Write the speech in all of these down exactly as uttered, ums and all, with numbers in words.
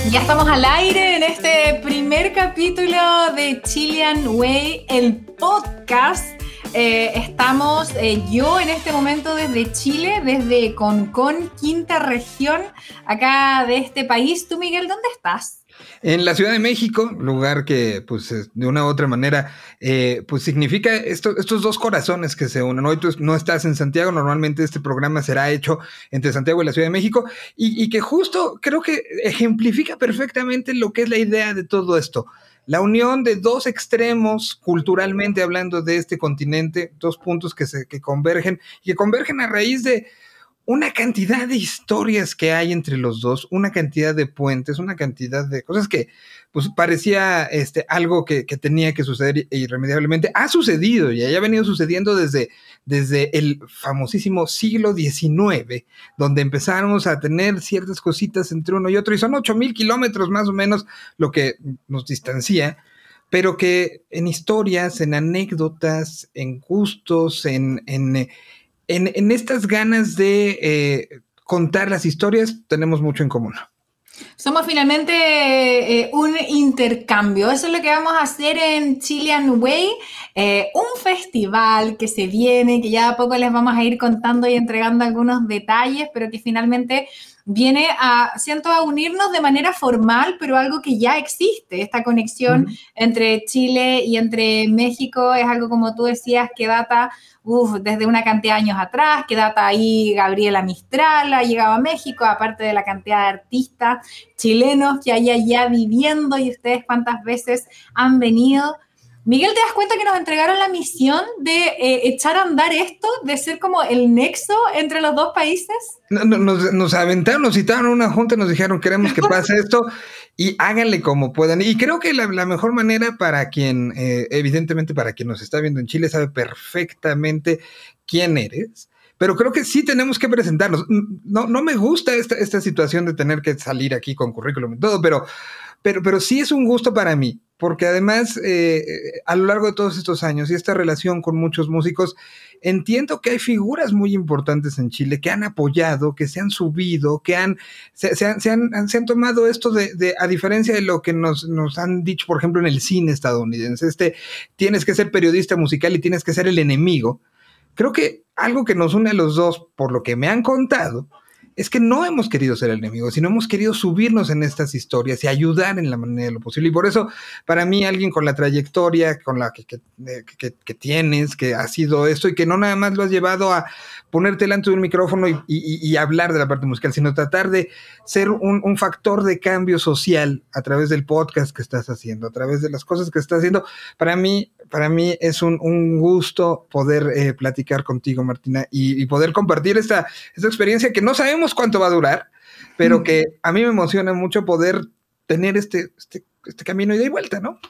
Ya estamos al aire en este primer capítulo de Chilean Way, el podcast. Eh, estamos eh, yo en este momento desde Chile, desde Concón, quinta región, acá de este país. ¿Tú, Miguel, dónde estás? En la Ciudad de México, lugar que, pues, de una u otra manera, eh, pues significa esto, estos dos corazones que se unen. Hoy tú no estás en Santiago, normalmente este programa será hecho entre Santiago y la Ciudad de México, y, y que justo creo que ejemplifica perfectamente lo que es la idea de todo esto. La unión de dos extremos, culturalmente hablando, de este continente, dos puntos que, se, que convergen, y que convergen a raíz de una cantidad de historias que hay entre los dos, una cantidad de puentes, una cantidad de cosas que pues parecía este, algo que, que tenía que suceder irremediablemente. Ha sucedido y ha venido sucediendo desde, desde el famosísimo siglo diecinueve, donde empezamos a tener ciertas cositas entre uno y otro, y son ocho mil kilómetros más o menos lo que nos distancia, pero que en historias, en anécdotas, en gustos, en... en En, en estas ganas de eh, contar las historias, tenemos mucho en común. Somos finalmente eh, un intercambio. Eso es lo que vamos a hacer en Chilean Way, eh, un festival que se viene, que ya a poco les vamos a ir contando y entregando algunos detalles, pero que finalmente viene a, siento, a unirnos de manera formal, pero algo que ya existe. Esta conexión uh-huh. entre Chile y entre México es algo, como tú decías, que data uf, desde una cantidad de años atrás, que data ahí Gabriela Mistral, ha llegado a México, aparte de la cantidad de artistas chilenos que hay allá viviendo, y ustedes cuántas veces han venido. Miguel, ¿te das cuenta que nos entregaron la misión de eh, echar a andar esto, de ser como el nexo entre los dos países? No, no, nos, nos aventaron, nos citaron a una junta, nos dijeron, queremos que pase esto y háganle como puedan. Y creo que la, la mejor manera para quien, eh, evidentemente para quien nos está viendo en Chile, sabe perfectamente quién eres. Pero creo que sí tenemos que presentarnos. No, no me gusta esta, esta situación de tener que salir aquí con currículum y todo, pero, pero, pero sí es un gusto para mí, porque además eh, a lo largo de todos estos años y esta relación con muchos músicos, entiendo que hay figuras muy importantes en Chile que han apoyado, que se han subido, que han, se, se han, se han, se han tomado esto de, de, a diferencia de lo que nos, nos han dicho, por ejemplo, en el cine estadounidense, este, tienes que ser periodista musical y tienes que ser el enemigo. Creo que algo que nos une a los dos, por lo que me han contado, es que no hemos querido ser el enemigo, sino hemos querido subirnos en estas historias y ayudar en la manera de lo posible. Y por eso, para mí, alguien con la trayectoria con la que, que, que, que tienes, que ha sido esto, y que no nada más lo has llevado a ponerte delante de un micrófono y, y, y hablar de la parte musical, sino tratar de ser un, un factor de cambio social a través del podcast que estás haciendo, a través de las cosas que estás haciendo. Para mí, para mí es un, un gusto poder eh, platicar contigo, Martina, y, y poder compartir esta, esta experiencia que no sabemos cuánto va a durar, pero que a mí me emociona mucho poder tener este, este, este camino ida y vuelta, ¿no?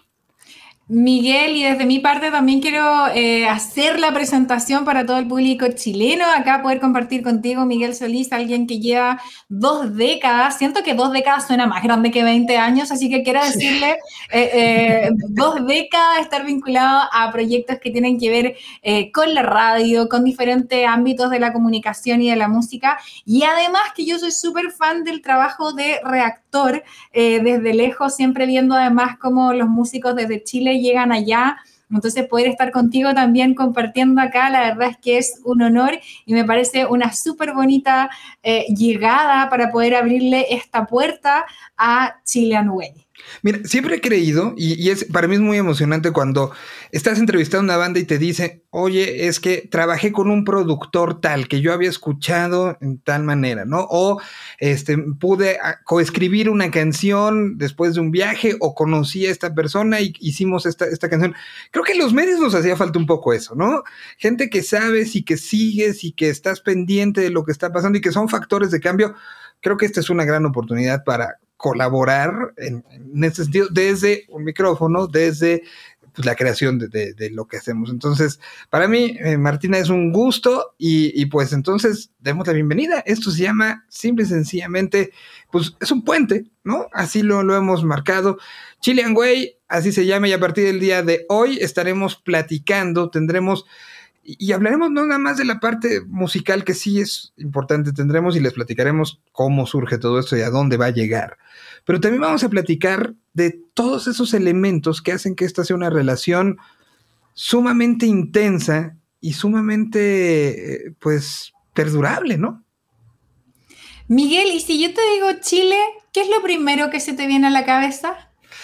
Miguel, y desde mi parte también quiero eh, hacer la presentación para todo el público chileno, acá poder compartir contigo, Miguel Solís, alguien que lleva dos décadas, siento que dos décadas suena más grande que veinte años, así que quiero decirle eh, eh, dos décadas, estar vinculado a proyectos que tienen que ver eh, con la radio, con diferentes ámbitos de la comunicación y de la música, y además que yo soy súper fan del trabajo de Reactor, eh, desde lejos, siempre viendo además cómo los músicos desde Chile llegan allá, entonces poder estar contigo también compartiendo acá, la verdad es que es un honor y me parece una súper bonita eh, llegada para poder abrirle esta puerta a Chilean Way. Mira, siempre he creído, y, y es, para mí es muy emocionante cuando estás entrevistando a una banda y te dice, oye, es que trabajé con un productor tal, que yo había escuchado en tal manera, ¿no? O este, pude coescribir una canción después de un viaje, o conocí a esta persona y hicimos esta, esta canción. Creo que en los medios nos hacía falta un poco eso, ¿no? Gente que sabes y que sigues y que estás pendiente de lo que está pasando y que son factores de cambio. Creo que esta es una gran oportunidad para colaborar en, en ese sentido, desde un micrófono, desde pues, la creación de, de, de lo que hacemos. Entonces, para mí, eh, Martina, es un gusto y, y pues entonces demos la bienvenida. Esto se llama simple y sencillamente, pues es un puente, ¿no? Así lo, lo hemos marcado. Chilean Way, así se llama, y a partir del día de hoy estaremos platicando, tendremos Y hablaremos no nada más de la parte musical, que sí es importante, tendremos y les platicaremos cómo surge todo esto y a dónde va a llegar. Pero también vamos a platicar de todos esos elementos que hacen que esta sea una relación sumamente intensa y sumamente, pues, perdurable, ¿no? Miguel, y si yo te digo Chile, ¿qué es lo primero que se te viene a la cabeza?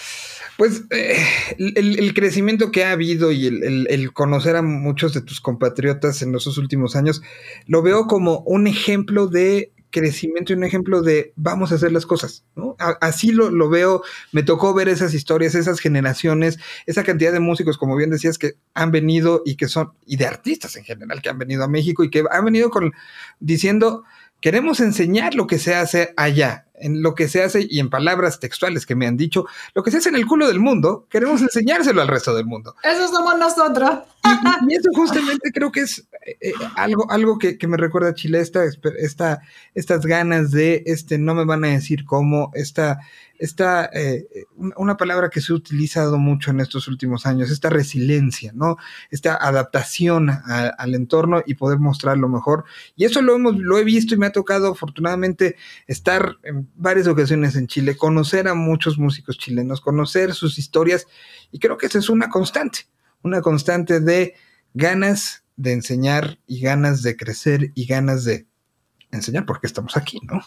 Pues eh, el, el, crecimiento que ha habido y el, el, el conocer a muchos de tus compatriotas en los últimos años, lo veo como un ejemplo de crecimiento y un ejemplo de vamos a hacer las cosas, ¿no? A, así lo, lo veo, me tocó ver esas historias, esas generaciones, esa cantidad de músicos, como bien decías, que han venido y que son, y de artistas en general, que han venido a México y que han venido con, diciendo, queremos enseñar lo que se hace allá, en lo que se hace, y en palabras textuales que me han dicho, lo que se hace en el culo del mundo, queremos enseñárselo al resto del mundo. Eso somos nosotros. Y, y eso justamente creo que es eh, algo, algo que, que me recuerda a Chile, esta, esta, estas ganas de, este, no me van a decir cómo, esta, esta eh, una palabra que se ha utilizado mucho en estos últimos años, esta resiliencia, ¿no? Esta adaptación a, al entorno y poder mostrar lo mejor. Y eso lo hemos, lo he visto y me ha tocado afortunadamente estar en varias ocasiones en Chile, conocer a muchos músicos chilenos, conocer sus historias, y creo que esa es una constante, una constante de ganas de enseñar y ganas de crecer y ganas de enseñar porque estamos aquí, ¿no?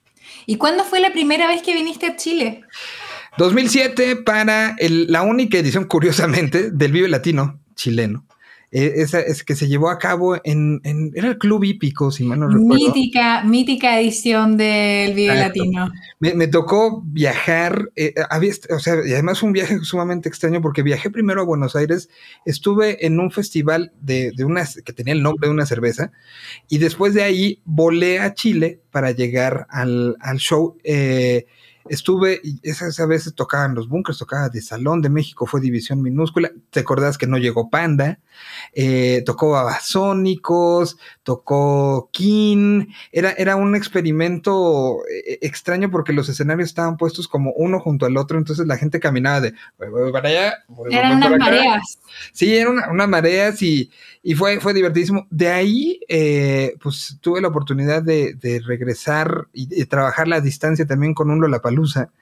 ¿Y cuándo fue la primera vez que viniste a Chile? dos mil siete para el, la única edición, curiosamente, del Vive Latino chileno. Eh, esa es que se llevó a cabo en, en era el Club Hípico, si mal no recuerdo. Mítica, mítica edición del Vive Exacto. Latino. Me, me tocó viajar, eh, había, o sea, y además fue un viaje sumamente extraño porque viajé primero a Buenos Aires, estuve en un festival de, de una, que tenía el nombre de una cerveza, y después de ahí volé a Chile para llegar al, al show. Eh, Estuve, y esas a veces tocaban los bunkers, tocaba de Salón de México, fue división minúscula. ¿Te acordás que no llegó Panda? Eh, tocó Babasónicos, tocó King. Era, era un experimento extraño porque los escenarios estaban puestos como uno junto al otro, entonces la gente caminaba de voy, voy para allá. Voy, Eran unas mareas. Sí, eran unas una mareas y, y fue, fue divertidísimo. De ahí, eh, pues tuve la oportunidad de, de regresar y de trabajar la distancia también con un Lollapalooza.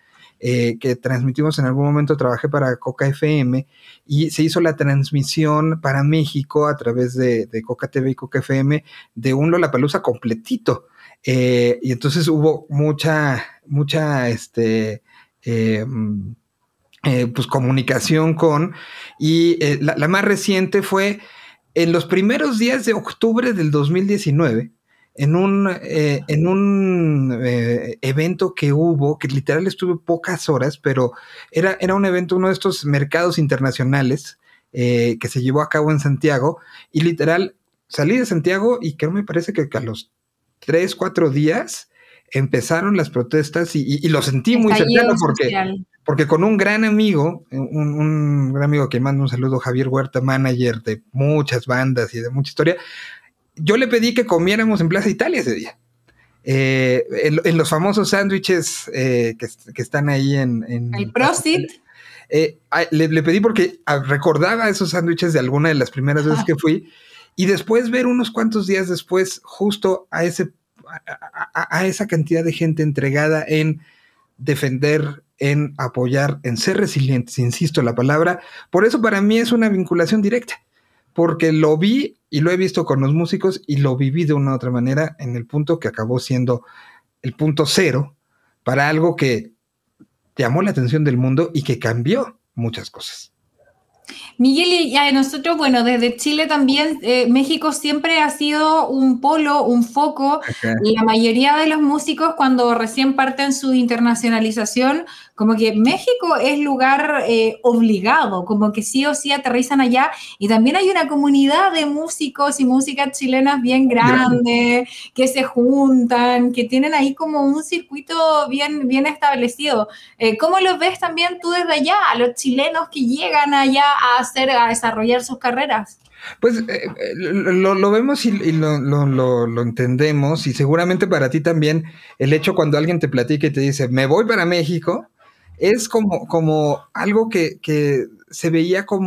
Eh, que transmitimos en algún momento, trabajé para Coca F M y se hizo la transmisión para México a través de, de Coca T V y Coca F M de un Lollapalooza completito. Eh, y entonces hubo mucha, mucha, este, eh, eh, pues comunicación con, y eh, la, la más reciente fue en los primeros días de octubre del dos mil diecinueve. En un, eh, en un eh, evento que hubo, que literal estuve pocas horas, pero era, era un evento, uno de estos mercados internacionales eh, que se llevó a cabo en Santiago, y literal salí de Santiago y creo me parece que a los tres, cuatro días empezaron las protestas y, y, y lo sentí muy cercano porque, porque con un gran amigo, un, un gran amigo que mando un saludo, Javier Huerta, manager de muchas bandas y de mucha historia, yo le pedí que comiéramos en Plaza Italia ese día. Eh, en, en los famosos sándwiches eh, que, que están ahí en... en el Prosit. Eh, le, le pedí porque recordaba esos sándwiches de alguna de las primeras veces que fui, y después ver unos cuantos días después justo a, ese, a, a, a esa cantidad de gente entregada en defender, en apoyar, en ser resilientes, insisto la palabra. Por eso para mí es una vinculación directa, porque lo vi y lo he visto con los músicos y lo viví de una u otra manera en el punto que acabó siendo el punto cero para algo que llamó la atención del mundo y que cambió muchas cosas. Miguel, y a nosotros, bueno, desde Chile también, eh, México siempre ha sido un polo, un foco. Ajá. Y la mayoría de los músicos cuando recién parten su internacionalización, como que México es lugar eh, obligado, como que sí o sí aterrizan allá, y también hay una comunidad de músicos y músicas chilenas bien grande, que se juntan, que tienen ahí como un circuito bien, bien establecido. Eh, ¿Cómo los ves también tú desde allá, a los chilenos que llegan allá a hacer, a desarrollar sus carreras? Pues eh, lo, lo vemos y, y lo, lo, lo, lo entendemos, y seguramente para ti también el hecho cuando alguien te platica y te dice me voy para México, es como, como algo que, que se veía como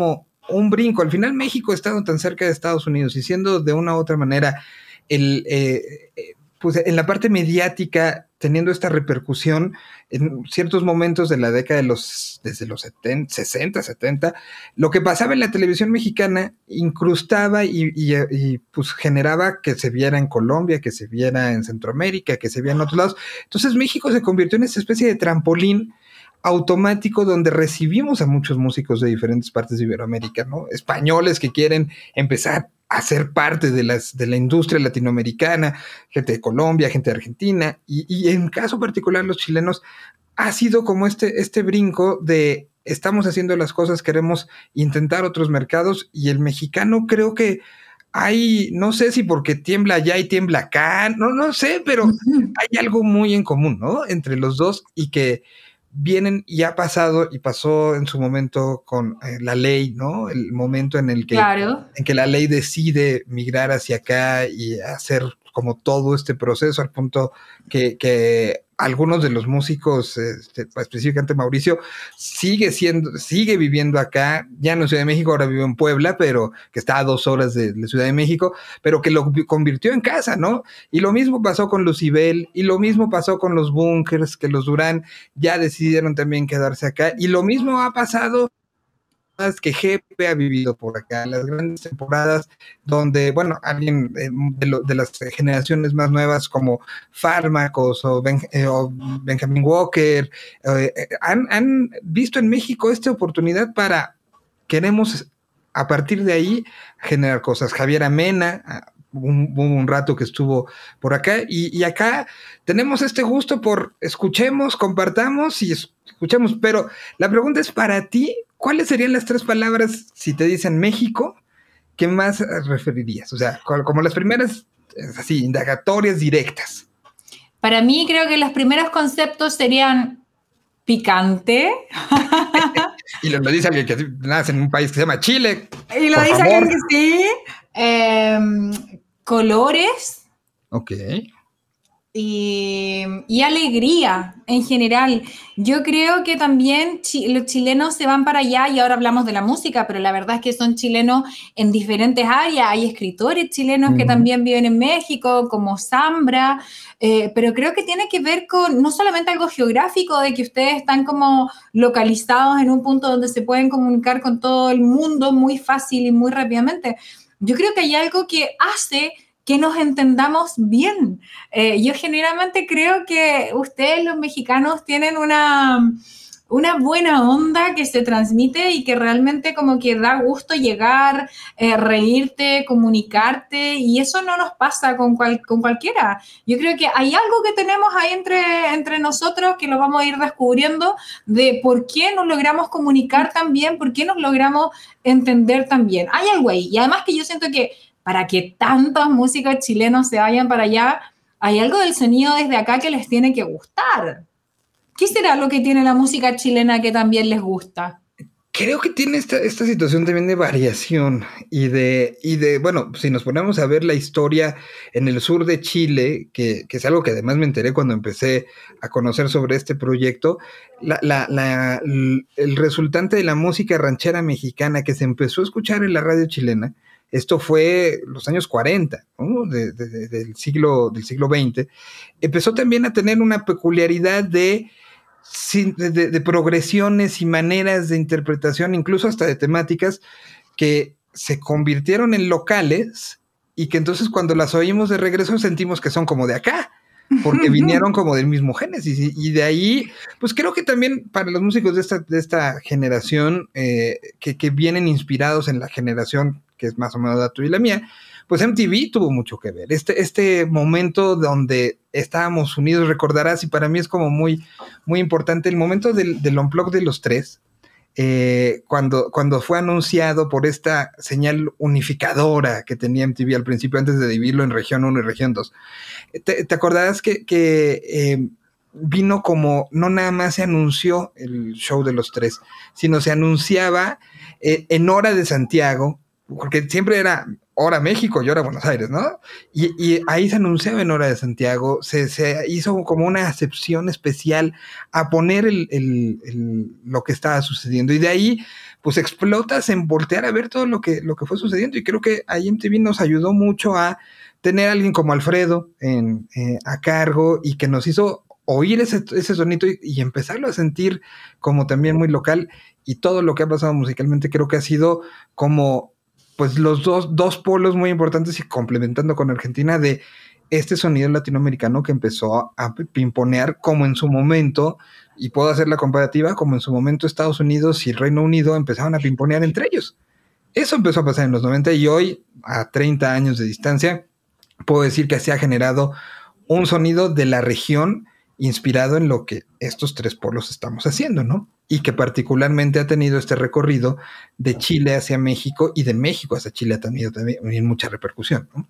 un brinco. Al final México, estando tan cerca de Estados Unidos y siendo de una u otra manera el, eh, eh, pues en la parte mediática, teniendo esta repercusión en ciertos momentos de la década de los, desde los setenta, sesenta, setenta, lo que pasaba en la televisión mexicana incrustaba y, y, y pues generaba que se viera en Colombia, que se viera en Centroamérica, que se viera en otros lados. Entonces México se convirtió en esa especie de trampolín automático donde recibimos a muchos músicos de diferentes partes de Iberoamérica, ¿no? Españoles que quieren empezar a ser parte de, las, de la industria latinoamericana, gente de Colombia, gente de Argentina, y, y en caso particular los chilenos, ha sido como este, este brinco de estamos haciendo las cosas, queremos intentar otros mercados, y el mexicano creo que hay, no sé si porque tiembla allá y tiembla acá, no, no sé, pero uh-huh. hay algo muy en común, ¿no? Entre los dos, y que vienen y ha pasado y pasó en su momento con eh, la ley, ¿no? El momento en el que, claro. en que la ley decide migrar hacia acá y hacer como todo este proceso al punto que, que algunos de los músicos, este, específicamente Mauricio, sigue siendo, sigue viviendo acá, ya no en Ciudad de México, ahora vive en Puebla, pero que está a dos horas de, de Ciudad de México, pero que lo convirtió en casa, ¿no? Y lo mismo pasó con Lucibel, y lo mismo pasó con los Bunkers, que los Durán ya decidieron también quedarse acá, y lo mismo ha pasado que Jepe ha vivido por acá, las grandes temporadas donde, bueno, alguien eh, de, lo, de las generaciones más nuevas como Fármacos o, ben, eh, o Benjamin Walker eh, han, han visto en México esta oportunidad para, queremos a partir de ahí generar cosas. Javier Amena, un, un rato que estuvo por acá, y, y acá tenemos este gusto por escuchemos, compartamos y escuchemos, pero la pregunta es para ti, ¿cuáles serían las tres palabras, si te dicen México, que más referirías? O sea, como las primeras, así, indagatorias directas. Para mí creo que los primeros conceptos serían picante. Y lo, lo dice alguien que nace en un país que se llama Chile. Y lo dice favor. alguien que sí. Eh, colores. Ok. Y, y alegría en general. Yo creo que también chi- los chilenos se van para allá, y ahora hablamos de la música, pero la verdad es que son chilenos en diferentes áreas. Hay escritores chilenos uh-huh. que también viven en México, como Zambra, eh, pero creo que tiene que ver con no solamente algo geográfico, de que ustedes están como localizados en un punto donde se pueden comunicar con todo el mundo muy fácil y muy rápidamente. Yo creo que hay algo que hace que nos entendamos bien. Eh, yo generalmente creo que ustedes, los mexicanos, tienen una, una buena onda que se transmite y que realmente como que da gusto llegar, eh, reírte, comunicarte, y eso no nos pasa con, cual, con cualquiera. Yo creo que hay algo que tenemos ahí entre, entre nosotros que lo vamos a ir descubriendo, de por qué nos logramos comunicar tan bien, por qué nos logramos entender tan bien. Hay algo ahí, y además que yo siento que para que tantos músicos chilenos se vayan para allá, hay algo del sonido desde acá que les tiene que gustar. ¿Qué será lo que tiene la música chilena que también les gusta? Creo que tiene esta, esta situación también de variación y de, y de, bueno, si nos ponemos a ver la historia en el sur de Chile, que, que es algo que además me enteré cuando empecé a conocer sobre este proyecto, la, la, la, el resultante de la música ranchera mexicana que se empezó a escuchar en la radio chilena, esto fue los años cuarenta, ¿no? de, de, de, del, siglo, del siglo veinte, empezó también a tener una peculiaridad de, de, de progresiones y maneras de interpretación, incluso hasta de temáticas, que se convirtieron en locales y que entonces cuando las oímos de regreso sentimos que son como de acá, porque vinieron como del mismo génesis, y, y de ahí, pues creo que también para los músicos de esta, de esta generación, eh, que, que vienen inspirados en la generación que es más o menos la tuya y la mía, pues M T V tuvo mucho que ver. Este, este momento donde estábamos unidos, recordarás, y para mí es como muy, muy importante, el momento del, del Unplugged de los tres, eh, cuando, cuando fue anunciado por esta señal unificadora que tenía M T V al principio, antes de dividirlo en región uno y región dos. ¿Te, te acordarás que, que eh, vino como, no nada más se anunció el show de los tres, sino se anunciaba eh, en hora de Santiago, porque siempre era hora México y hora Buenos Aires, ¿no? Y, y ahí se anunciaba en hora de Santiago, se, se hizo como una acepción especial a poner el, el, el, lo que estaba sucediendo, y de ahí pues explotas en voltear a ver todo lo que, lo que fue sucediendo. Y creo que ahí M T V nos ayudó mucho a tener a alguien como Alfredo en, eh, a cargo y que nos hizo oír ese, ese sonido y, y empezarlo a sentir como también muy local. Y todo lo que ha pasado musicalmente creo que ha sido como pues los dos, dos polos muy importantes y complementando con Argentina de este sonido latinoamericano que empezó a pimponear como en su momento, y puedo hacer la comparativa, como en su momento Estados Unidos y Reino Unido empezaban a pimponear entre ellos. Eso empezó a pasar en los noventa y hoy, a treinta años de distancia, puedo decir que se ha generado un sonido de la región inspirado en lo que estos tres polos estamos haciendo, ¿no? Y que particularmente ha tenido este recorrido de Chile hacia México y de México hacia Chile ha tenido también mucha repercusión, ¿no?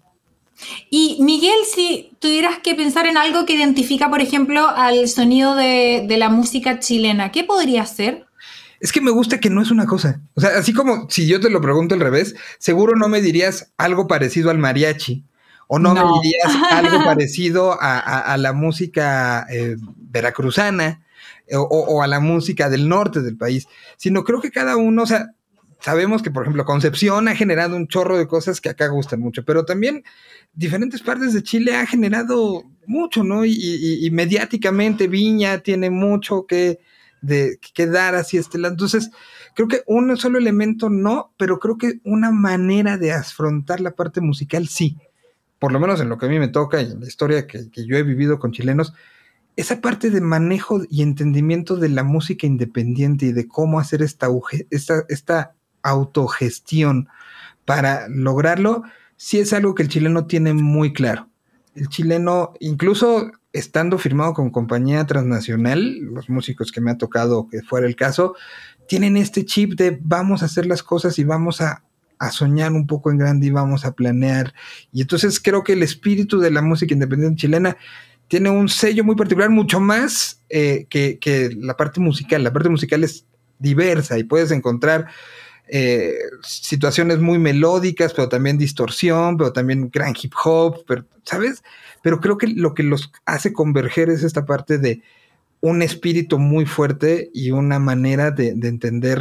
Y Miguel, si tuvieras que pensar en algo que identifica, por ejemplo, al sonido de, de la música chilena, ¿qué podría ser? Es que me gusta que no es una cosa. O sea, así como si yo te lo pregunto al revés, seguro no me dirías algo parecido al mariachi, o no, no. me dirías algo parecido a, a, a la música eh, veracruzana o, o a la música del norte del país, sino creo que cada uno, o sea, sabemos que, por ejemplo, Concepción ha generado un chorro de cosas que acá gustan mucho, pero también diferentes partes de Chile ha generado mucho, ¿no? Y, y, y mediáticamente Viña tiene mucho que, de, que dar hacia este lado. Entonces, creo que un solo elemento no, pero creo que una manera de afrontar la parte musical sí. Por lo menos en lo que a mí me toca y en la historia que, que yo he vivido con chilenos, esa parte de manejo y entendimiento de la música independiente y de cómo hacer esta, esta, esta autogestión para lograrlo, sí es algo que el chileno tiene muy claro. El chileno, incluso estando firmado con compañía transnacional, los músicos que me ha tocado que fuera el caso, tienen este chip de vamos a hacer las cosas y vamos a, a soñar un poco en grande y vamos a planear. Y entonces creo que el espíritu de la música independiente chilena tiene un sello muy particular, mucho más eh, que, que la parte musical. La parte musical es diversa y puedes encontrar eh, situaciones muy melódicas, pero también distorsión, pero también gran hip hop, pero, ¿sabes? Pero creo que lo que los hace converger es esta parte de un espíritu muy fuerte y una manera de, de entender,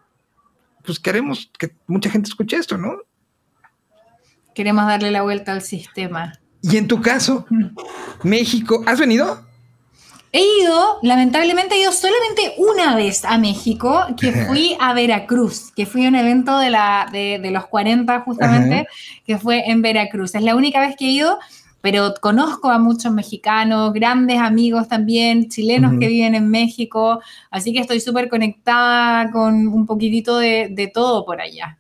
pues queremos que mucha gente escuche esto, ¿no? Queremos darle la vuelta al sistema. Y en tu caso, México, ¿has venido? He ido, lamentablemente he ido solamente una vez a México, que fui a Veracruz, que fui a un evento de, la, de, de los cuarenta justamente, Ajá. que fue en Veracruz. Es la única vez que he ido, pero conozco a muchos mexicanos, grandes amigos también, chilenos uh-huh. que viven en México, así que estoy súper conectada con un poquitito de, de todo por allá.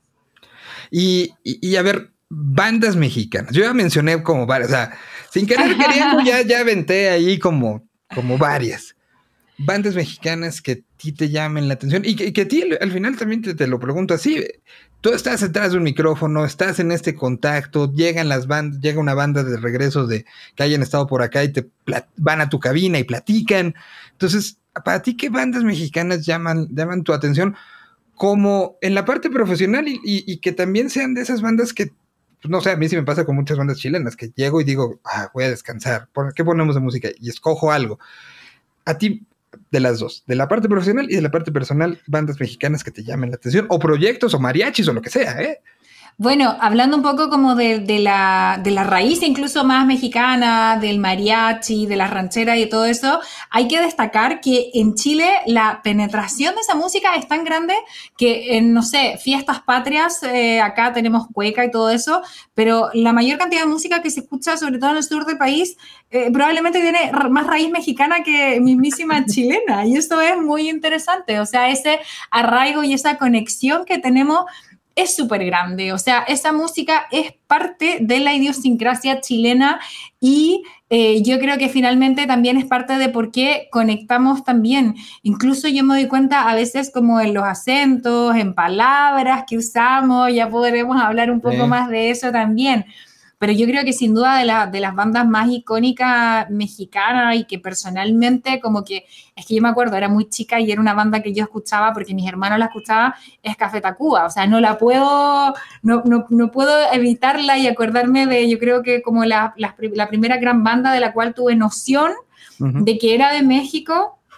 Y, y, y a ver, bandas mexicanas, yo ya mencioné como varias, o sea, sin querer queriendo ya, ya aventé ahí como... como varias bandas mexicanas que a ti te llamen la atención y que, y que a ti al final también te, te lo pregunto así, tú estás detrás de un micrófono, estás en este contacto, llegan las bandas, llega una banda de regreso de que hayan estado por acá y te plat, van a tu cabina y platican, entonces para ti ¿qué bandas mexicanas llaman, llaman tu atención como en la parte profesional y, y, y que también sean de esas bandas que no sé, a mí sí me pasa con muchas bandas chilenas que llego y digo, ah, voy a descansar, ¿por qué ponemos de música? Y escojo algo. A ti, de las dos, de la parte profesional y de la parte personal, bandas mexicanas que te llamen la atención, o proyectos, o mariachis, o lo que sea, ¿eh? Bueno, hablando un poco como de, de, la, de la raíz incluso más mexicana, del mariachi, de la ranchera y todo eso, hay que destacar que en Chile la penetración de esa música es tan grande que en, no sé, fiestas patrias, eh, acá tenemos cueca y todo eso, pero la mayor cantidad de música que se escucha, sobre todo en el sur del país, eh, probablemente tiene más raíz mexicana que mismísima chilena, y eso es muy interesante, o sea, ese arraigo y esa conexión que tenemos es súper grande, o sea, esa música es parte de la idiosincrasia chilena y eh, yo creo que finalmente también es parte de por qué conectamos también. Incluso yo me doy cuenta a veces como en los acentos, en palabras que usamos, ya podremos hablar un poco sí. más de eso también. Pero yo creo que sin duda de, la, de las bandas más icónicas mexicanas y que personalmente como que, es que yo me acuerdo, era muy chica y era una banda que yo escuchaba porque mis hermanos la escuchaban, es Café Tacuba. O sea, no la puedo, no, no, no puedo evitarla y acordarme de, yo creo que como la, la, la primera gran banda de la cual tuve noción uh-huh. de que era de México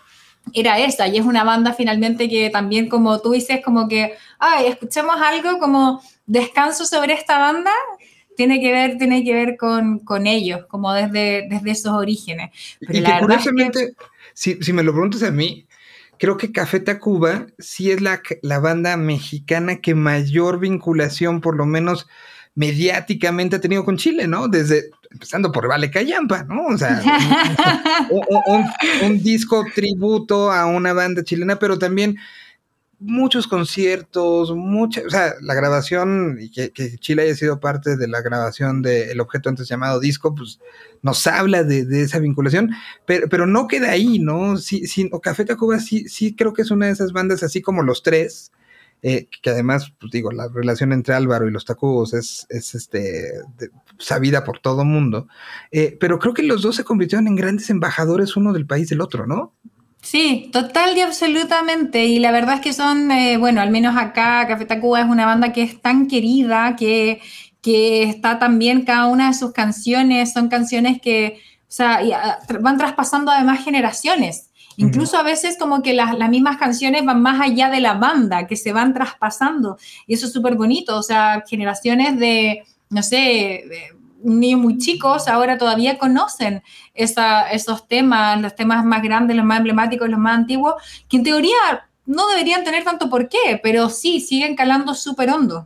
era esa, y es una banda finalmente que también, como tú dices, como que, ay, escuchemos algo como descanso sobre esta banda, tiene que ver, tiene que ver con, con ellos, como desde, desde esos orígenes. Pero Y la que verdad es que... curiosamente, si, si me lo preguntas a mí, creo que Café Tacuba sí es la, la banda mexicana que mayor vinculación, por lo menos mediáticamente, ha tenido con Chile, ¿no? Desde, empezando por Vale Callampa, ¿no? O sea, un, un, un, un disco tributo a una banda chilena, pero también muchos conciertos, mucha, o sea, la grabación, y que, que Chile haya sido parte de la grabación del objeto antes llamado disco, pues nos habla de, de esa vinculación, pero, pero no queda ahí, ¿no? Sí, sí, o Café Tacuba sí, sí creo que es una de esas bandas, así como Los Tres, eh, que además, pues digo, la relación entre Álvaro y los Tacubos es, es este, de, sabida por todo mundo, eh, pero creo que los dos se convirtieron en grandes embajadores uno del país del otro, ¿no? Sí, total y absolutamente. Y la verdad es que son, eh, bueno, al menos acá Café Tacuba es una banda que es tan querida, que, que está también cada una de sus canciones, son canciones que, o sea, y, ah, tra- van traspasando además generaciones. Uh-huh. Incluso a veces como que las, las mismas canciones van más allá de la banda, que se van traspasando. Y eso es súper bonito, o sea, generaciones de, no sé, de niños muy chicos ahora todavía conocen esa, esos temas, los temas más grandes, los más emblemáticos, los más antiguos, que en teoría no deberían tener tanto por qué, pero sí, siguen calando súper hondo.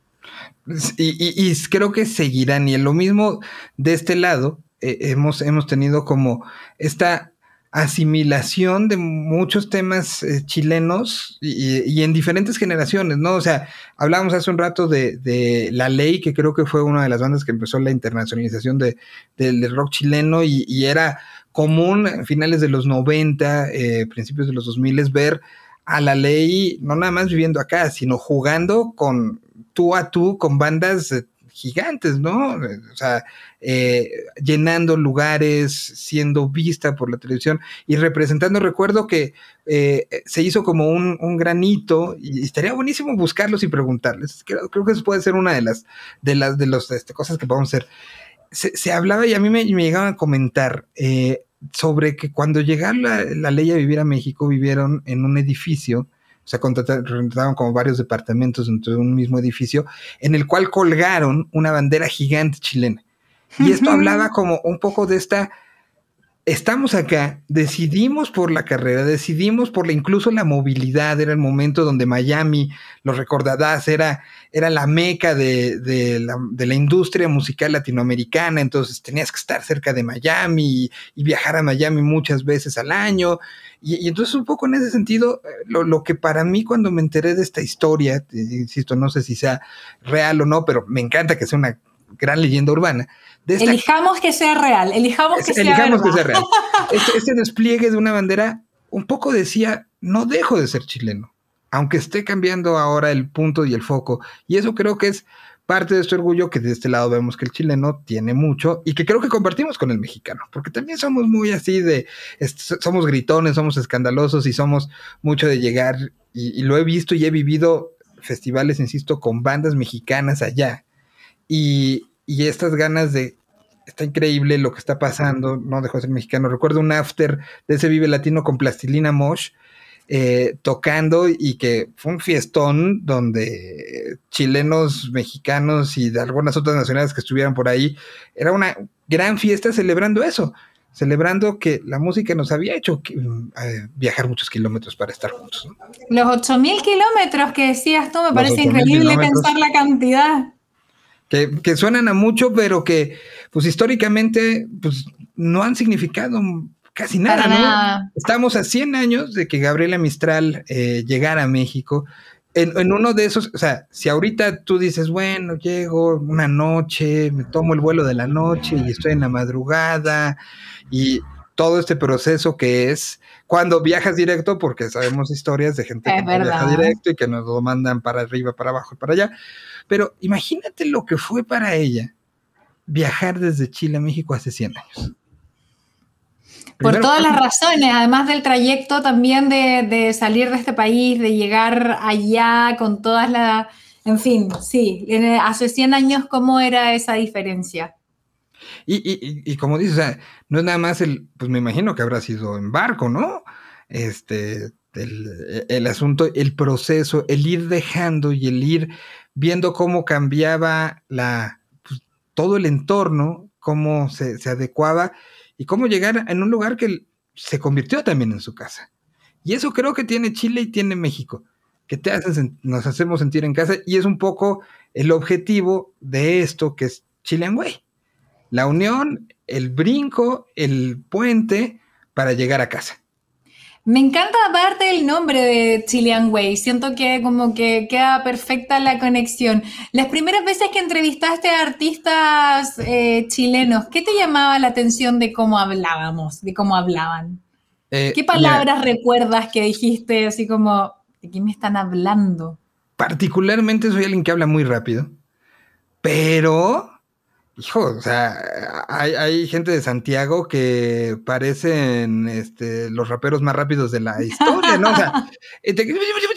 Y, y, y creo que seguirán. Y en lo mismo de este lado, eh, hemos, hemos tenido como esta asimilación de muchos temas eh, chilenos y, y, en diferentes generaciones, ¿no? O sea, hablábamos hace un rato de, de La Ley, que creo que fue una de las bandas que empezó la internacionalización de, de, del rock chileno y, y era común a finales de los noventa, eh, principios de los dos mil, ver a La Ley no nada más viviendo acá, sino jugando con tú a tú con bandas eh, gigantes, ¿no? O sea, eh, llenando lugares, siendo vista por la televisión y representando. Recuerdo que eh, se hizo como un, un granito y estaría buenísimo buscarlos y preguntarles. Creo, creo que eso puede ser una de las de las de los este, cosas que podemos hacer. Se, se hablaba y a mí me, me llegaban a comentar eh, sobre que cuando llegaron la, la ley a vivir a México, vivieron en un edificio. O sea, contrataron como varios departamentos dentro de un mismo edificio, en el cual colgaron una bandera gigante chilena. Y esto hablaba como un poco de esta, estamos acá, decidimos por la carrera, decidimos por la, incluso la movilidad, era el momento donde Miami, lo recordarás, era, era la meca de, de, la, de la industria musical latinoamericana, entonces tenías que estar cerca de Miami y, y viajar a Miami muchas veces al año, y, y entonces un poco en ese sentido, lo, lo que para mí cuando me enteré de esta historia, te, insisto, no sé si sea real o no, pero me encanta que sea una gran leyenda urbana. De esta, elijamos que sea real, elijamos que sea elijamos verdad. que sea real. Este, este despliegue de una bandera un poco decía, no dejo de ser chileno, aunque esté cambiando ahora el punto y el foco. Y eso creo que es parte de este orgullo que de este lado vemos que el chileno tiene mucho y que creo que compartimos con el mexicano, porque también somos muy así de, somos gritones, somos escandalosos y somos mucho de llegar, y, y lo he visto y he vivido festivales, insisto, con bandas mexicanas allá. Y, y estas ganas de, está increíble lo que está pasando, no dejó de ser mexicano. Recuerdo un after de ese Vive Latino con Plastilina Mosh eh, tocando y que fue un fiestón donde chilenos, mexicanos y de algunas otras nacionalidades que estuvieran por ahí, era una gran fiesta celebrando eso, celebrando que la música nos había hecho eh, viajar muchos kilómetros para estar juntos, ¿no? Los ocho mil kilómetros que decías tú, me Los parece increíble pensar la cantidad. Que, que suenan a mucho, pero que pues históricamente pues no han significado casi nada, Para ¿no? nada. Estamos a cien años de que Gabriela Mistral eh, llegara a México. En, en uno de esos, o sea, si ahorita tú dices, bueno, llego una noche, me tomo el vuelo de la noche y estoy en la madrugada y todo este proceso que es cuando viajas directo, porque sabemos historias de gente es que no verdad. viaja directo y que nos lo mandan para arriba, para abajo, para allá. Pero imagínate lo que fue para ella viajar desde Chile a México hace cien años. Primero, por todas las razones, además del trayecto también de, de salir de este país, de llegar allá con todas las... En fin, sí, hace cien años, ¿cómo era esa diferencia? Y, y, y como dices, o sea, no es nada más el, pues me imagino que habrá sido en barco, ¿no? este, el, el asunto, el proceso, el ir dejando y el ir viendo cómo cambiaba la, pues, todo el entorno, cómo se, se adecuaba y cómo llegar en un lugar que se convirtió también en su casa. Y eso creo que tiene Chile y tiene México, que te hacen, nos hacemos sentir en casa, y es un poco el objetivo de esto que es Chilean Way. La unión, el brinco, el puente para llegar a casa. Me encanta aparte el nombre de Chilean Way, siento que como que queda perfecta la conexión. Las primeras veces que entrevistaste a artistas eh, chilenos, ¿qué te llamaba la atención de cómo hablábamos, de cómo hablaban? Eh, ¿Qué mira, palabras recuerdas que dijiste así como, ¿de qué me están hablando? particularmente soy alguien que habla muy rápido, pero, hijo, o sea, hay, hay gente de Santiago que parecen este, los raperos más rápidos de la historia, ¿no? O sea, este,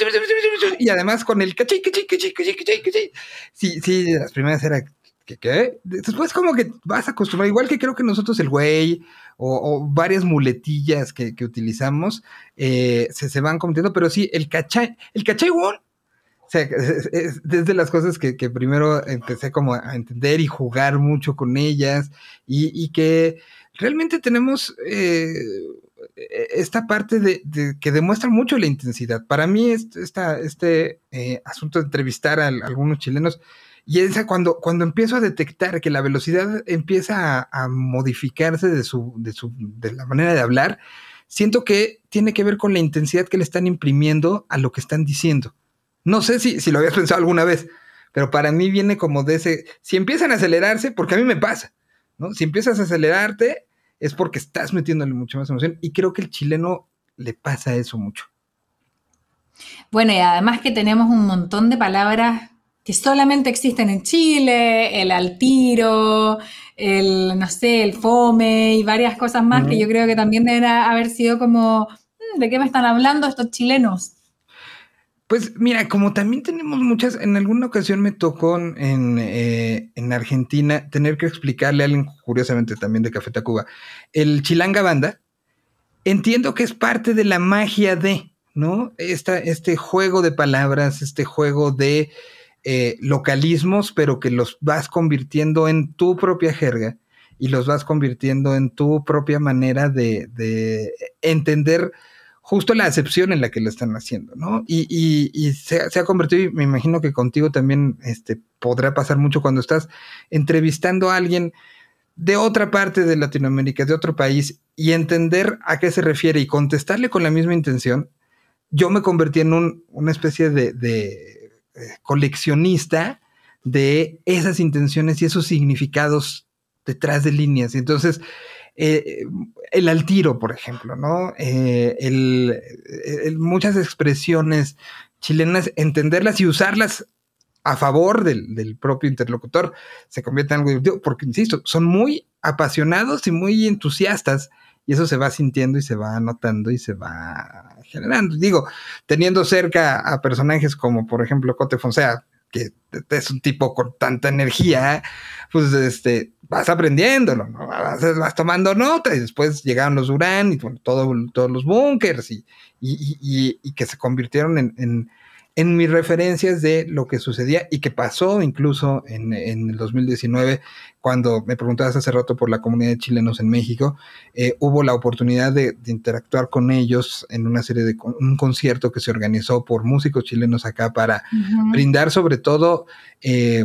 y además con el cachai, cachai, cachai, cachai, cachai, cachai. Sí, sí, las primeras era, ¿qué, qué? Después como que vas a acostumbrar, igual que creo que nosotros el güey o, o varias muletillas que, que utilizamos eh, se, se van convirtiendo, pero sí, el cachai, el cachai won. O sea, es, es desde las cosas que, que primero empecé como a entender y jugar mucho con ellas y, y que realmente tenemos eh, esta parte de, de que demuestra mucho la intensidad. Para mí esta, este eh, asunto de entrevistar a, a algunos chilenos y es cuando, cuando empiezo a detectar que la velocidad empieza a, a modificarse de, su, de, su, de la manera de hablar, siento que tiene que ver con la intensidad que le están imprimiendo a lo que están diciendo. No sé si, si lo habías pensado alguna vez, pero para mí viene como de ese, si empiezan a acelerarse, porque a mí me pasa, ¿no? Si empiezas a acelerarte es porque estás metiéndole mucha más emoción y creo que el chileno le pasa eso mucho. Bueno, y además que tenemos un montón de palabras que solamente existen en Chile, el al tiro, el, no sé, el fome y varias cosas más que yo Uh-huh. creo que también deben haber sido como, ¿de qué me están hablando estos chilenos? Pues mira, como también tenemos muchas, en alguna ocasión me tocó en, eh, en Argentina tener que explicarle a alguien, curiosamente también de Café Tacuba, el Chilanga Banda. Entiendo que es parte de la magia de, ¿no? Esta, este juego de palabras, este juego de eh, localismos, pero que los vas convirtiendo en tu propia jerga y los vas convirtiendo en tu propia manera de, de entender justo la acepción en la que lo están haciendo, ¿no? Y, y, y se, se, ha convertido, y me imagino que contigo también este, podrá pasar mucho cuando estás entrevistando a alguien de otra parte de Latinoamérica, de otro país, y entender a qué se refiere y contestarle con la misma intención. Yo me convertí en un, una especie de, de eh, coleccionista de esas intenciones y esos significados detrás de líneas. Y entonces, eh, el al tiro, por ejemplo, ¿no? Eh, el, el, muchas expresiones chilenas, entenderlas y usarlas a favor del, del propio interlocutor se convierte en algo divertido, porque, insisto, son muy apasionados y muy entusiastas, y eso se va sintiendo y se va notando y se va generando. Digo, teniendo cerca a personajes como, por ejemplo, Cote Fonseca, que es un tipo con tanta energía, pues este, vas aprendiéndolo, ¿no? Vas, vas tomando nota, y después llegaron los Durán y bueno, todo, todos los bunkers y, y, y, y que se convirtieron en, en en mis referencias de lo que sucedía y que pasó incluso en, en el dos mil diecinueve, cuando me preguntabas hace rato por la comunidad de chilenos en México, eh, hubo la oportunidad de, de interactuar con ellos en una serie de un concierto que se organizó por músicos chilenos acá para uh-huh. brindar sobre todo, eh,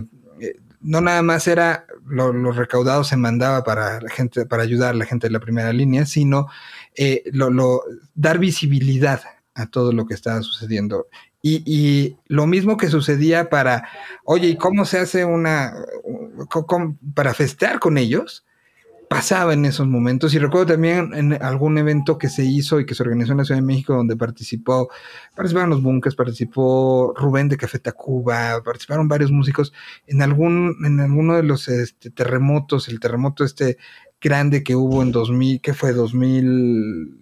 no nada más era lo, lo recaudado se mandaba para la gente, para ayudar a la gente de la primera línea, sino eh, lo, lo, dar visibilidad a todo lo que estaba sucediendo. Y, y lo mismo que sucedía para, oye, ¿y cómo se hace una, cómo, para festear con ellos? Pasaba en esos momentos. Y recuerdo también en algún evento que se hizo y que se organizó en la Ciudad de México, donde participó, participaron los Bunkers, participó Rubén de Café Tacuba, participaron varios músicos en algún, en alguno de los este, terremotos, el terremoto este grande que hubo en dos mil, ¿qué fue? ¿dos mil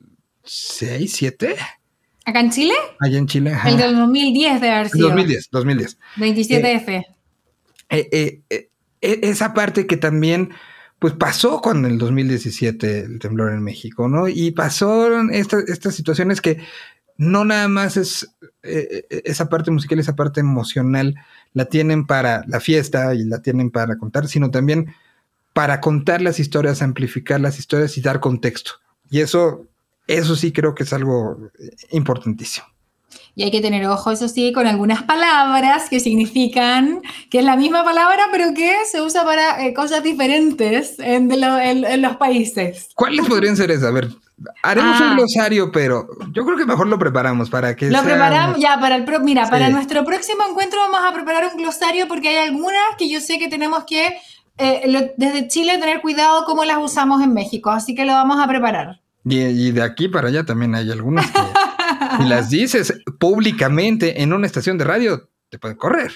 seis, siete? ¿Acá en Chile? Allá en Chile, ajá. El del dos mil diez debe haber sido. dos mil diez, dos mil diez. veintisiete efe. Eh, eh, eh, eh, esa parte que también pues pasó con el dos mil diecisiete el temblor en México, ¿no? Y pasaron estas, estas situaciones que no nada más es eh, esa parte musical, esa parte emocional, la tienen para la fiesta y la tienen para contar, sino también para contar las historias, amplificar las historias y dar contexto. Y eso, eso sí creo que es algo importantísimo. Y hay que tener ojo, eso sí, con algunas palabras que significan que es la misma palabra, pero que se usa para eh, cosas diferentes en, de lo, en, en los países. ¿Cuáles podrían ser esas? A ver, haremos ah, un glosario, pero yo creo que mejor lo preparamos para que Lo sea... preparamos, ya, para el... Pro, mira, sí. Para nuestro próximo encuentro vamos a preparar un glosario porque hay algunas que yo sé que tenemos que, eh, lo, desde Chile, tener cuidado cómo las usamos en México, así que lo vamos a preparar. Y, y de aquí para allá también hay algunas que... Si las dices públicamente en una estación de radio, te pueden correr.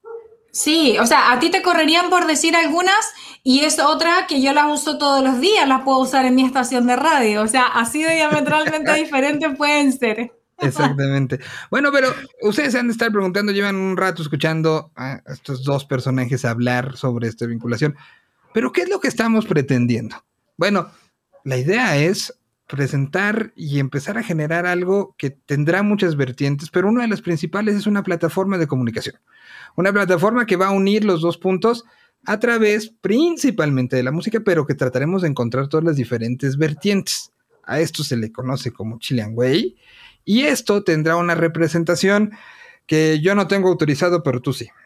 Sí, o sea, a ti te correrían por decir algunas y es otra que yo las uso todos los días, las puedo usar en mi estación de radio. O sea, así de diametralmente diferentes pueden ser. Exactamente. Bueno, pero ustedes se han de estar preguntando, llevan un rato escuchando a estos dos personajes hablar sobre esta vinculación. Pero ¿qué es lo que estamos pretendiendo? Bueno, la idea es presentar y empezar a generar algo que tendrá muchas vertientes, pero una de las principales es una plataforma de comunicación. Una plataforma que va a unir los dos puntos a través principalmente de la música, pero que trataremos de encontrar todas las diferentes vertientes. A esto se le conoce como Chilean Way, y esto tendrá una representación que yo no tengo autorizado, pero tú sí.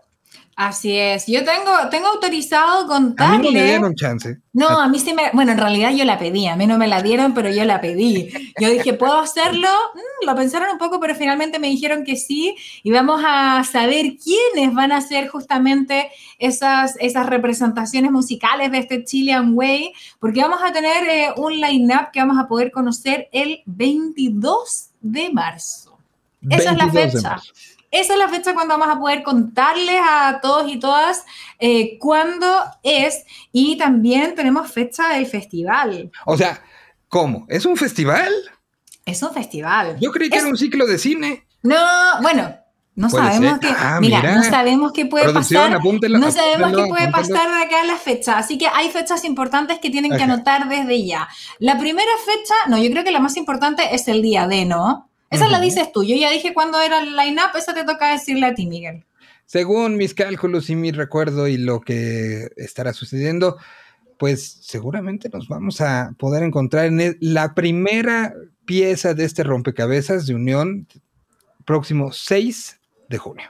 Así es, yo tengo, tengo autorizado contarle... A mí no me dieron chance. No, a mí sí me... Bueno, en realidad yo la pedí, a mí no me la dieron, pero yo la pedí. Yo dije, ¿puedo hacerlo? Mm, lo pensaron un poco, pero finalmente me dijeron que sí, y vamos a saber quiénes van a hacer justamente esas, esas representaciones musicales de este Chilean Way, porque vamos a tener eh, un line-up que vamos a poder conocer el veintidós de marzo. Esa es la fecha. Esa es la fecha cuando vamos a poder contarles a todos y todas eh, cuándo es. Y también tenemos fecha del festival. O sea, ¿cómo? ¿Es un festival? Es un festival. Yo creí que es... era un ciclo de cine. No, bueno, no sabemos qué. Ah, mira, mira, no sabemos qué puede pasar. Apúntelo, no sabemos apúntelo, qué puede apúntelo. pasar de acá a la fecha. Así que hay fechas importantes que tienen okay. que anotar desde ya. La primera fecha, no, yo creo que la más importante es el día de, ¿no? Esa uh-huh. la dices tú. Yo ya dije cuándo era el line-up, esa te toca decirle a ti, Miguel. Según mis cálculos y mi recuerdo y lo que estará sucediendo, pues seguramente nos vamos a poder encontrar en la primera pieza de este rompecabezas de unión próximo seis de junio.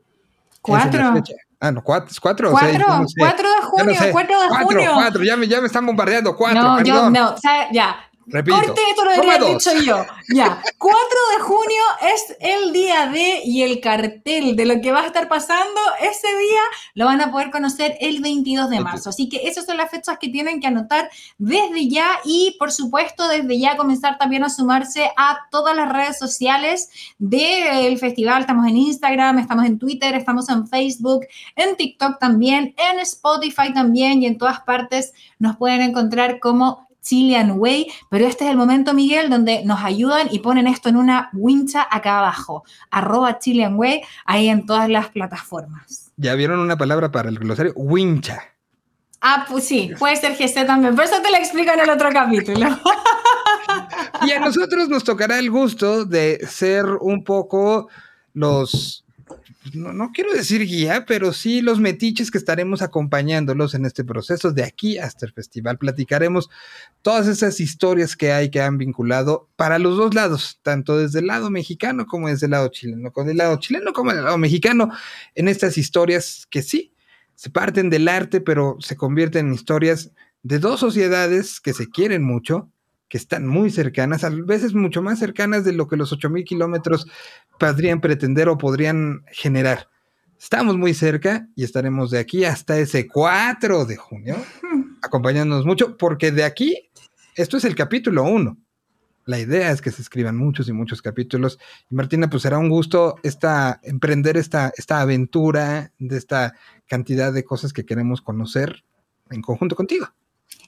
¿Cuatro? Ah, no, cuatro, cuatro, ¿Cuatro? seis, no sé. ¿Cuatro de junio? No sé. ¿Cuatro de cuatro, junio? Cuatro, ya me, ya me están bombardeando. Cuatro, no, perdón. Yo, no, o sea, ya. Repito. Corte, esto lo debería haber dicho yo. Ya, cuatro de junio es el día de y el cartel de lo que va a estar pasando ese día lo van a poder conocer el veintidós de marzo. Así que esas son las fechas que tienen que anotar desde ya y, por supuesto, desde ya comenzar también a sumarse a todas las redes sociales del festival. Estamos en Instagram, estamos en Twitter, estamos en Facebook, en TikTok también, en Spotify también y en todas partes nos pueden encontrar como Chilean Way, pero este es el momento, Miguel, donde nos ayudan y ponen esto en una wincha acá abajo, arroba Chilean Way, ahí en todas las plataformas. ¿Ya vieron una palabra para el glosario? Wincha. Ah, pues sí, puede ser G C también, pero eso te lo explico en el otro capítulo. Y a nosotros nos tocará el gusto de ser un poco los... No, no quiero decir guía, pero sí los metiches que estaremos acompañándolos en este proceso de aquí hasta el festival. Platicaremos todas esas historias que hay que han vinculado para los dos lados, tanto desde el lado mexicano como desde el lado chileno, con el lado chileno como el lado mexicano, en estas historias que sí, se parten del arte, pero se convierten en historias de dos sociedades que se quieren mucho, que están muy cercanas, a veces mucho más cercanas de lo que los ocho mil kilómetros podrían pretender o podrían generar. Estamos muy cerca y estaremos de aquí hasta ese cuatro de junio, acompañándonos mucho, porque de aquí, esto es el capítulo uno. La idea es que se escriban muchos y muchos capítulos. Y Martina, pues será un gusto esta, emprender esta, esta aventura de esta cantidad de cosas que queremos conocer en conjunto contigo.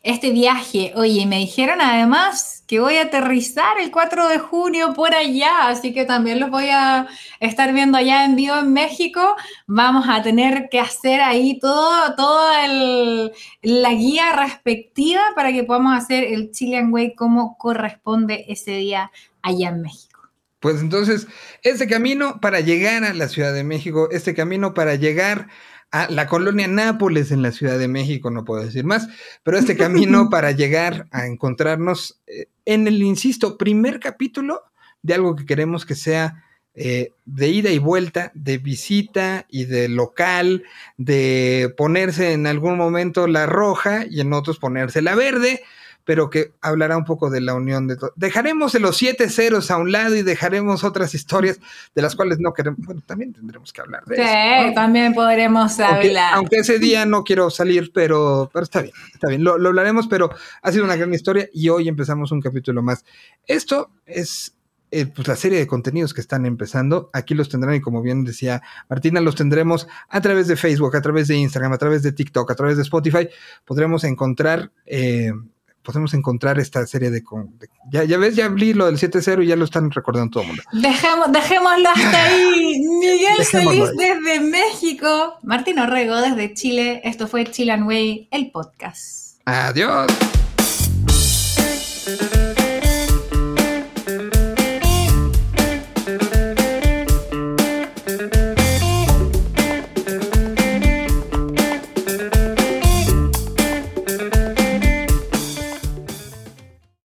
este viaje. Oye, me dijeron además que voy a aterrizar el cuatro de junio por allá, así que también los voy a estar viendo allá en vivo en México. Vamos a tener que hacer ahí todo, todo el, la guía respectiva para que podamos hacer el Chilean Way como corresponde ese día allá en México. Pues entonces, este camino para llegar a la Ciudad de México, este camino para llegar a la colonia Nápoles en la Ciudad de México, no puedo decir más, pero este camino para llegar a encontrarnos eh, en el, insisto, primer capítulo de algo que queremos que sea eh, de ida y vuelta, de visita y de local, de ponerse en algún momento la roja y en otros ponerse la verde, pero que hablará un poco de la unión de todo. Dejaremos los siete ceros a un lado y dejaremos otras historias de las cuales no queremos, bueno, también tendremos que hablar de sí, eso, ¿no? también podremos aunque, hablar. Aunque ese día no quiero salir, pero, pero está bien, está bien, lo, lo hablaremos, pero ha sido una gran historia y hoy empezamos un capítulo más. Esto es eh, pues la serie de contenidos que están empezando. Aquí los tendrán y como bien decía Martina, los tendremos a través de Facebook, a través de Instagram, a través de TikTok, a través de Spotify. Podremos encontrar... Eh, podemos encontrar esta serie de... de ya, ya ves, ya hablé lo del siete cero y ya lo están recordando todo el mundo. Dejemos, dejémoslo hasta ahí. Miguel Solís desde México. Martín Orrego desde Chile. Esto fue Chilean Way, el podcast. Adiós.